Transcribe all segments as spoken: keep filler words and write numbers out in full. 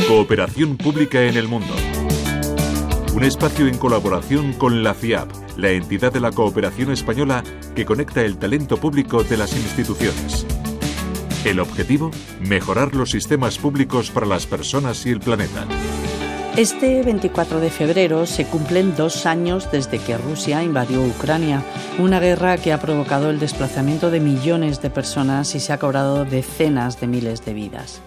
Cooperación pública en el mundo. Un espacio en colaboración con la FIAP, la entidad de la cooperación española que conecta el talento público de las instituciones. El objetivo, mejorar los sistemas públicos para las personas y el planeta. Este veinticuatro de febrero se cumplen dos años desde que Rusia invadió Ucrania, una guerra que ha provocado el desplazamiento de millones de personas y se ha cobrado decenas de miles de vidas.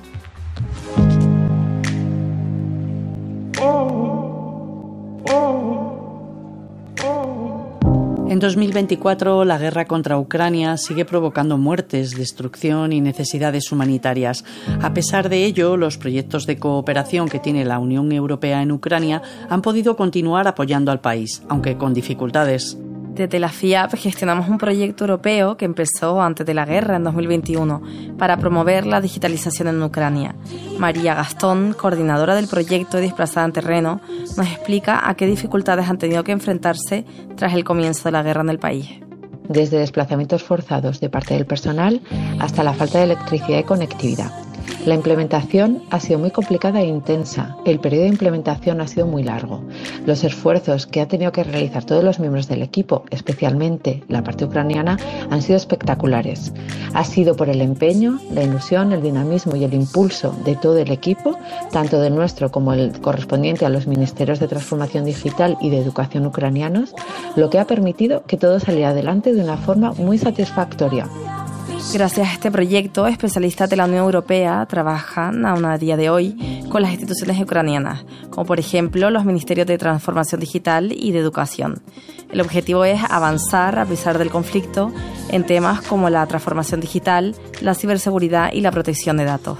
En dos mil veinticuatro, la guerra contra Ucrania sigue provocando muertes, destrucción y necesidades humanitarias. A pesar de ello, los proyectos de cooperación que tiene la Unión Europea en Ucrania han podido continuar apoyando al país, aunque con dificultades. Desde la FIAP gestionamos un proyecto europeo que empezó antes de la guerra en dos mil veintiuno para promover la digitalización en Ucrania. María Gastón, coordinadora del proyecto y desplazada en terreno, nos explica a qué dificultades han tenido que enfrentarse tras el comienzo de la guerra en el país. Desde desplazamientos forzados de parte del personal hasta la falta de electricidad y conectividad. La implementación ha sido muy complicada e intensa. El periodo de implementación ha sido muy largo. Los esfuerzos que han tenido que realizar todos los miembros del equipo, especialmente la parte ucraniana, han sido espectaculares. Ha sido por el empeño, la ilusión, el dinamismo y el impulso de todo el equipo, tanto del nuestro como el correspondiente a los ministerios de transformación digital y de educación ucranianos, lo que ha permitido que todo saliera adelante de una forma muy satisfactoria. Gracias a este proyecto, especialistas de la Unión Europea trabajan aún a día de hoy con las instituciones ucranianas, como por ejemplo los Ministerios de Transformación Digital y de Educación. El objetivo es avanzar a pesar del conflicto en temas como la transformación digital, la ciberseguridad y la protección de datos.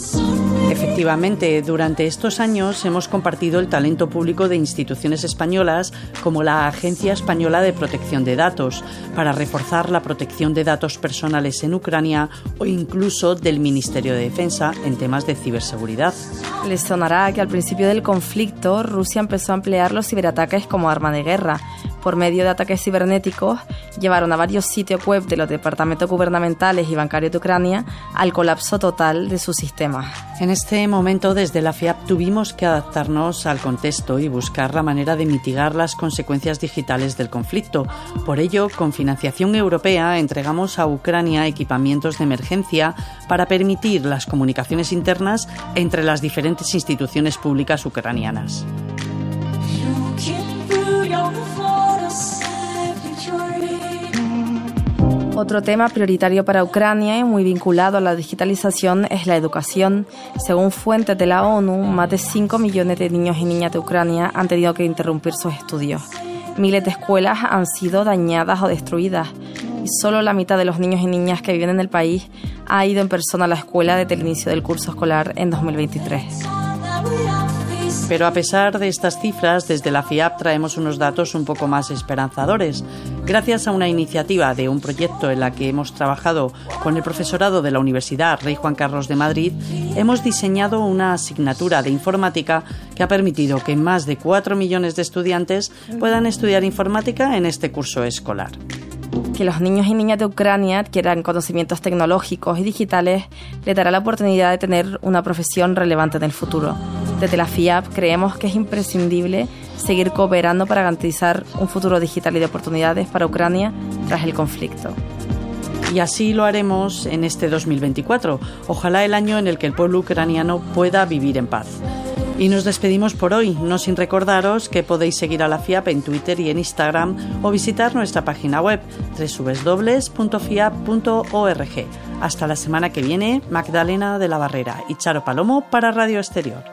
Efectivamente, durante estos años hemos compartido el talento público de instituciones españolas como la Agencia Española de Protección de Datos, para reforzar la protección de datos personales en Ucrania, o incluso del Ministerio de Defensa en temas de ciberseguridad. Les sonará que al principio del conflicto Rusia empezó a emplear los ciberataques como arma de guerra. Por medio de ataques cibernéticos, llevaron a varios sitios web de los departamentos gubernamentales y bancarios de Ucrania al colapso total de sus sistemas. En este momento, desde la FIAP tuvimos que adaptarnos al contexto y buscar la manera de mitigar las consecuencias digitales del conflicto. Por ello, con financiación europea, entregamos a Ucrania equipamientos de emergencia para permitir las comunicaciones internas entre las diferentes instituciones públicas ucranianas. Otro tema prioritario para Ucrania y muy vinculado a la digitalización es la educación. Según fuentes de la ONU, más de cinco millones de niños y niñas de Ucrania han tenido que interrumpir sus estudios. Miles de escuelas han sido dañadas o destruidas y solo la mitad de los niños y niñas que viven en el país ha ido en persona a la escuela desde el inicio del curso escolar en dos mil veintitrés. Pero a pesar de estas cifras, desde la FIAP traemos unos datos un poco más esperanzadores. Gracias a una iniciativa de un proyecto en la que hemos trabajado con el profesorado de la Universidad Rey Juan Carlos de Madrid, hemos diseñado una asignatura de informática que ha permitido que más de cuatro millones de estudiantes puedan estudiar informática en este curso escolar. Que los niños y niñas de Ucrania adquieran conocimientos tecnológicos y digitales les dará la oportunidad de tener una profesión relevante en el futuro. Desde la FIAP creemos que es imprescindible seguir cooperando para garantizar un futuro digital y de oportunidades para Ucrania tras el conflicto. Y así lo haremos en este dos mil veinticuatro, ojalá el año en el que el pueblo ucraniano pueda vivir en paz. Y nos despedimos por hoy, no sin recordaros que podéis seguir a la FIAP en Twitter y en Instagram o visitar nuestra página web doble u doble u doble u punto fiap punto org. Hasta la semana que viene, Magdalena de la Barrera y Charo Palomo para Radio Exterior.